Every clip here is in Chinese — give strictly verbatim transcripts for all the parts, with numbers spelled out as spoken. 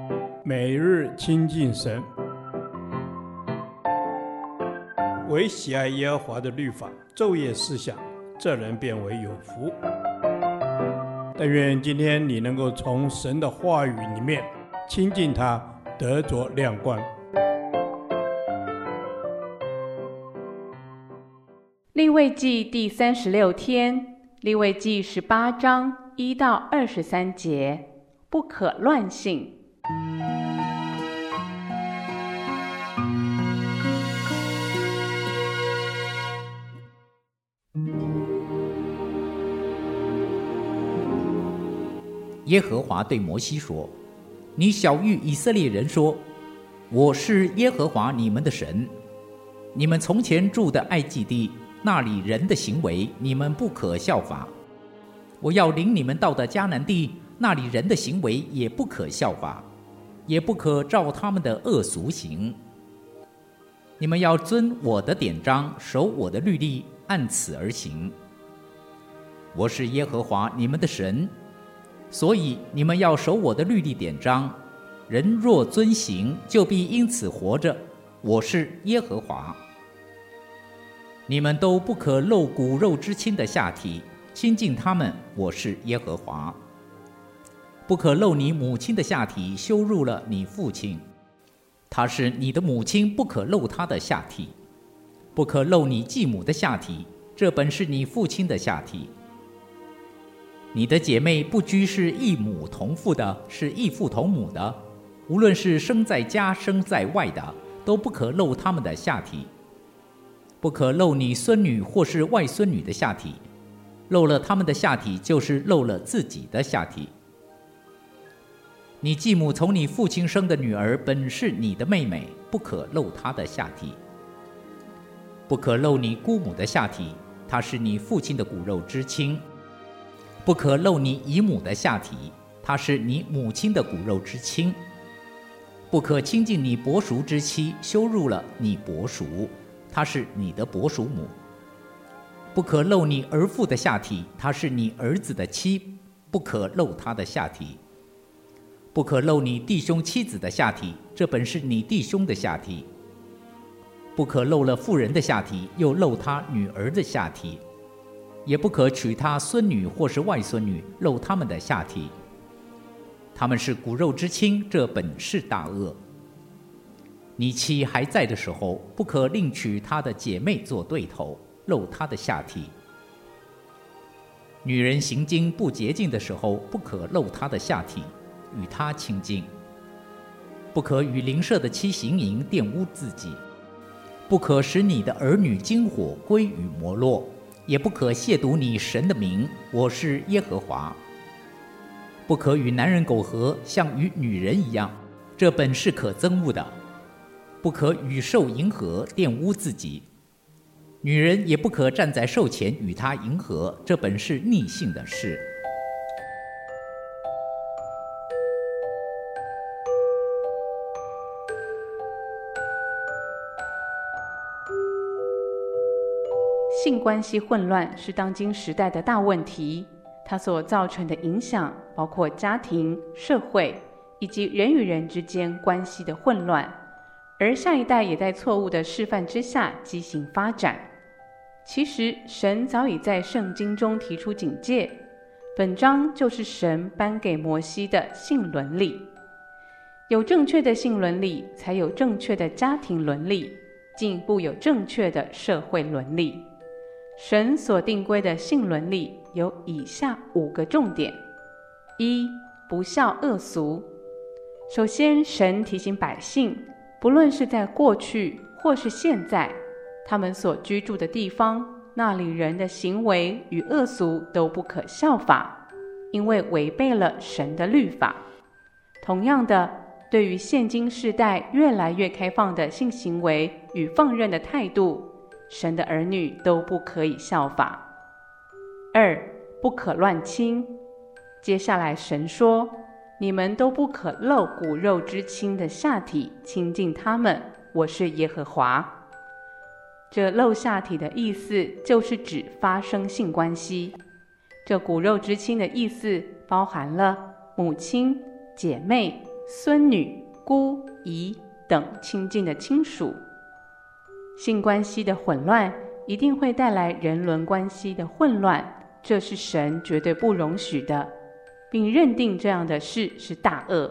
每日亲近神，唯喜爱耶和华的律法，昼夜思想，这人变为有福。但愿今天你能够从神的话语里面亲近他，得着亮光。 利未记第三十六天，利未记十八章一到二十三节，不可乱信。 耶和华对摩西说：你晓谕以色列人说，我是耶和华你们的神。你们从前住的埃及地，那里人的行为你们不可效法。我要领你们到的迦南地，那里人的行为也不可效法，也不可照他们的恶俗行。你们要遵我的典章，守我的律例，按此而行。我是耶和华你们的神，所以你们要守我的律例典章。人若遵行，就必因此活着。我是耶和华。你们都不可露骨肉之亲的下体，亲近他们。我是耶和华。不可露你母亲的下体，羞辱了你父亲。他是你的母亲，不可露他的下体。不可露你继母的下体，这本是你父亲的下体。你的姐妹不拘是异母同父的，是异父同母的，无论是生在家生在外的，都不可露他们的下体。不可露你孙女或是外孙女的下体，露了他们的下体，就是露了自己的下体。你继母从你父亲生的女儿，本是你的妹妹，不可露她的下体。不可露你姑母的下体，她是你父亲的骨肉之亲。不可露你姨母的下体，她是你母亲的骨肉之亲。不可亲近你伯叔之妻，羞辱了你伯叔，她是你的伯叔母。不可露你儿妇的下体，她是你儿子的妻，不可露他的下体。不可露你弟兄妻子的下体，这本是你弟兄的下体。不可露了妇人的下体，又露他女儿的下体。也不可娶他孙女或是外孙女，露他们的下体。他们是骨肉之亲，这本是大恶。你妻还在的时候，不可另娶她的姐妹做对头，露她的下体。女人行经不洁净的时候，不可露她的下体，与她亲近。不可与邻舍的妻行淫，玷污自己。不可使你的儿女经火归于摩洛，也不可亵渎你神的名，我是耶和华。不可与男人苟合，像与女人一样，这本是可憎恶的。不可与兽迎合，玷污自己。女人也不可站在兽前与他迎合，这本是逆性的事。 性关系混乱是当今时代的大问题，它所造成的影响包括家庭、社会以及人与人之间关系的混乱，而下一代也在错误的示范之下畸形发展。其实神早已在圣经中提出警戒，本章就是神颁给摩西的性伦理。有正确的性伦理，才有正确的家庭伦理，进一步有正确的社会伦理。神所定规的性伦理有以下五个重点：一、不效恶俗。首先，神提醒百姓，不论是在过去或是现在，他们所居住的地方，那里人的行为与恶俗都不可效法，因为违背了神的律法。同样的，对于现今世代越来越开放的性行为与放任的态度，神的儿女都不可以效法。二、不可乱亲。接下来神说，你们都不可露骨肉之亲的下体，亲近他们，我是耶和华。这露下体的意思就是指发生性关系。这骨肉之亲的意思包含了母亲、姐妹、 孙女、姑、姨等亲近的亲属。性关系的混乱一定会带来人伦关系的混乱，这是神绝对不容许的，并认定这样的事是大恶。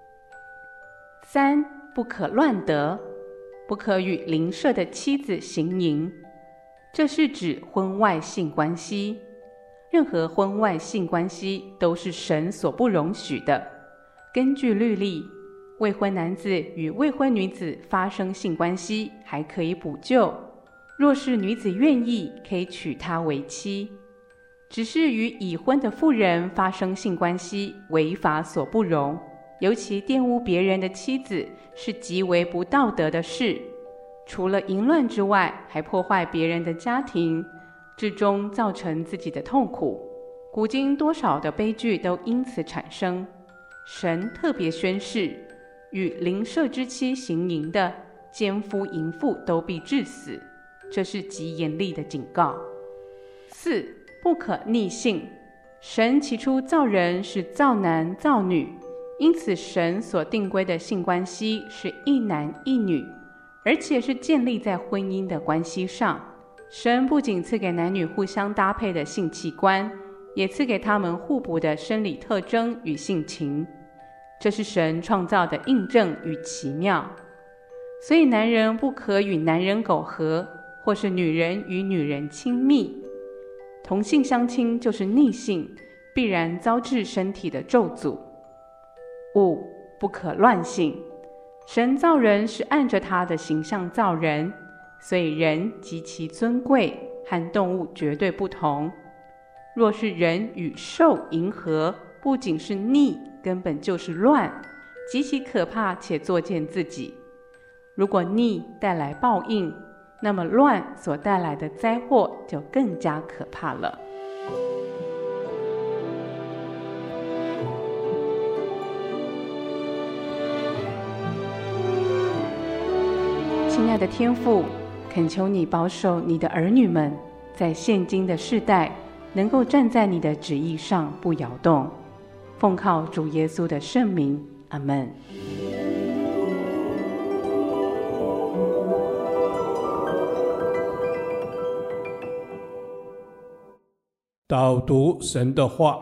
三、不可乱得，不可与邻舍的妻子行淫，这是指婚外性关系。任何婚外性关系都是神所不容许的。根据律例，未婚男子与未婚女子发生性关系还可以补救，若是女子愿意，可以娶她为妻。只是与已婚的妇人发生性关系，违法所不容，尤其玷污别人的妻子是极为不道德的事。除了淫乱之外，还破坏别人的家庭，至终造成自己的痛苦。古今多少的悲剧都因此产生。神特别宣示，与邻舍之妻行淫的，奸夫淫妇都必致死，这是极严厉的警告。四、不可逆性。神起初造人是造男造女，因此神所定规的性关系是一男一女，而且是建立在婚姻的关系上。神不仅赐给男女互相搭配的性器官，也赐给他们互补的生理特征与性情，这是神创造的印证与奇妙。所以男人不可与男人苟合，或是女人与女人亲密。同性相亲就是逆性，必然遭致身体的咒诅。五、不可乱性。神造人是按着他的形象造人，所以人极其尊贵，和动物绝对不同。若是人与兽迎合，不仅是逆，根本就是乱，极其可怕且作践自己。如果逆带来报应，那么乱所带来的灾祸就更加可怕了。亲爱的天父，恳求你保守你的儿女们在现今的世代能够站在你的旨意上不摇动。奉靠主耶稣的圣名，阿们。 导读神的话。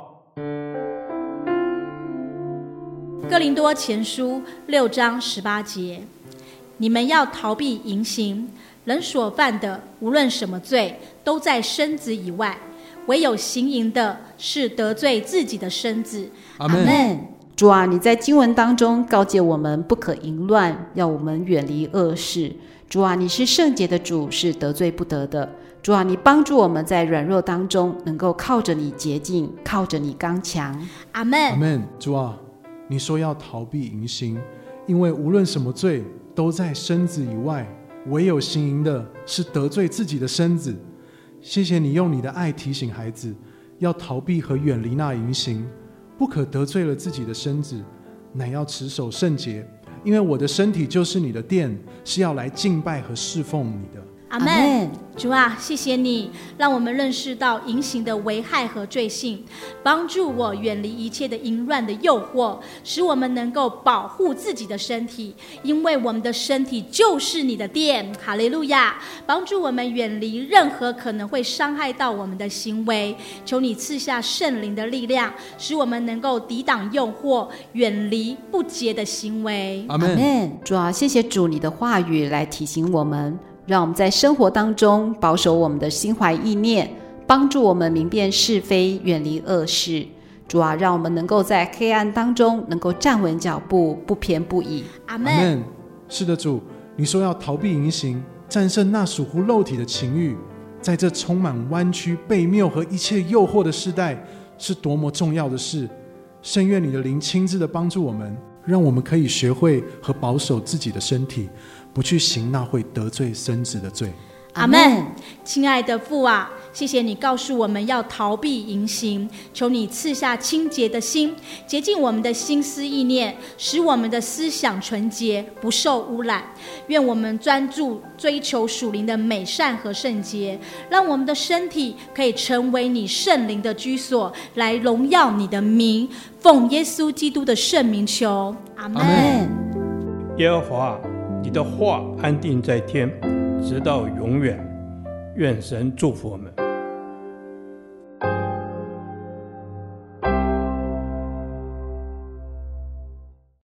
哥林多前书六章十八节，你们要逃避淫行，人所犯的无论什么罪，都在身子以外，唯有行淫的是得罪自己的身子。 阿们。主啊，你在经文当中告诫我们不可淫乱，要我们远离恶事。主啊，你是圣洁的主，是得罪不得的。主啊，你帮助我们在软弱当中能够靠着你洁净，靠着你刚强。 阿们。 阿们。主啊，你说要逃避淫行，因为无论什么罪都在身子以外，唯有行淫的是得罪自己的身子。谢谢你用你的爱提醒孩子，要逃避和远离那淫行，不可得罪了自己的身子，乃要持守圣洁，因为我的身体就是你的殿，是要来敬拜和侍奉你的。 阿们。主啊，谢谢你让我们认识到淫行的危害和罪性，帮助我远离一切的淫乱的诱惑，使我们能够保护自己的身体，因为我们的身体就是你的殿。哈利路亚。帮助我们远离任何可能会伤害到我们的行为，求你赐下圣灵的力量，使我们能够抵挡诱惑，远离不洁的行为。 阿们。 主啊，谢谢主你的话语来提醒我们，让我们在生活当中保守我们的心怀意念，帮助我们明辨是非，远离恶事。主啊，让我们能够在黑暗当中能够站稳脚步，不偏不倚。 阿们。 阿们。是的，主，你说要逃避淫行，战胜那属乎肉体的情欲，在这充满弯曲、悖谬和一切诱惑的时代，是多么重要的事。甚愿你的灵亲自的帮助我们，让我们可以学会和保守自己的身体，不去行那会得罪身子的罪。 阿们。亲爱的父啊， 谢谢你告诉我们要逃避淫行，求你赐下清洁的心，洁净我们的心思意念，使我们的思想纯洁，不受污染。愿我们专注追求属灵的美善和圣洁，让我们的身体可以成为你圣灵的居所，来荣耀你的名。奉耶稣基督的圣名求，阿们。 耶和华，你的话安定在天，直到永远。愿神祝福我们。